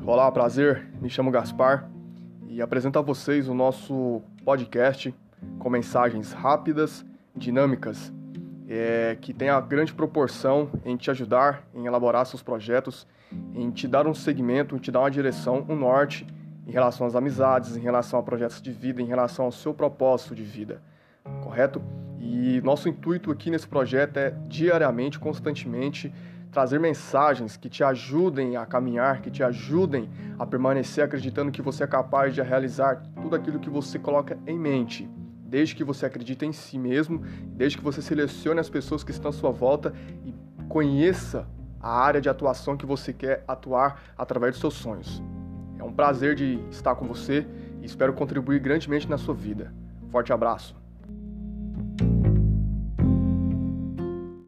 Olá, prazer, me chamo Gaspar e apresento a vocês o nosso podcast com mensagens rápidas, dinâmicas, que tem a grande proporção em te ajudar em elaborar seus projetos, em te dar um segmento, em te dar uma direção, um norte em relação às amizades, em relação a projetos de vida, em relação ao seu propósito de vida, correto? E nosso intuito aqui nesse projeto é diariamente, constantemente, trazer mensagens que te ajudem a caminhar, que te ajudem a permanecer acreditando que você é capaz de realizar tudo aquilo que você coloca em mente, desde que você acredite em si mesmo, desde que você selecione as pessoas que estão à sua volta e conheça a área de atuação que você quer atuar através dos seus sonhos. É um prazer de estar com você e espero contribuir grandemente na sua vida. Forte abraço!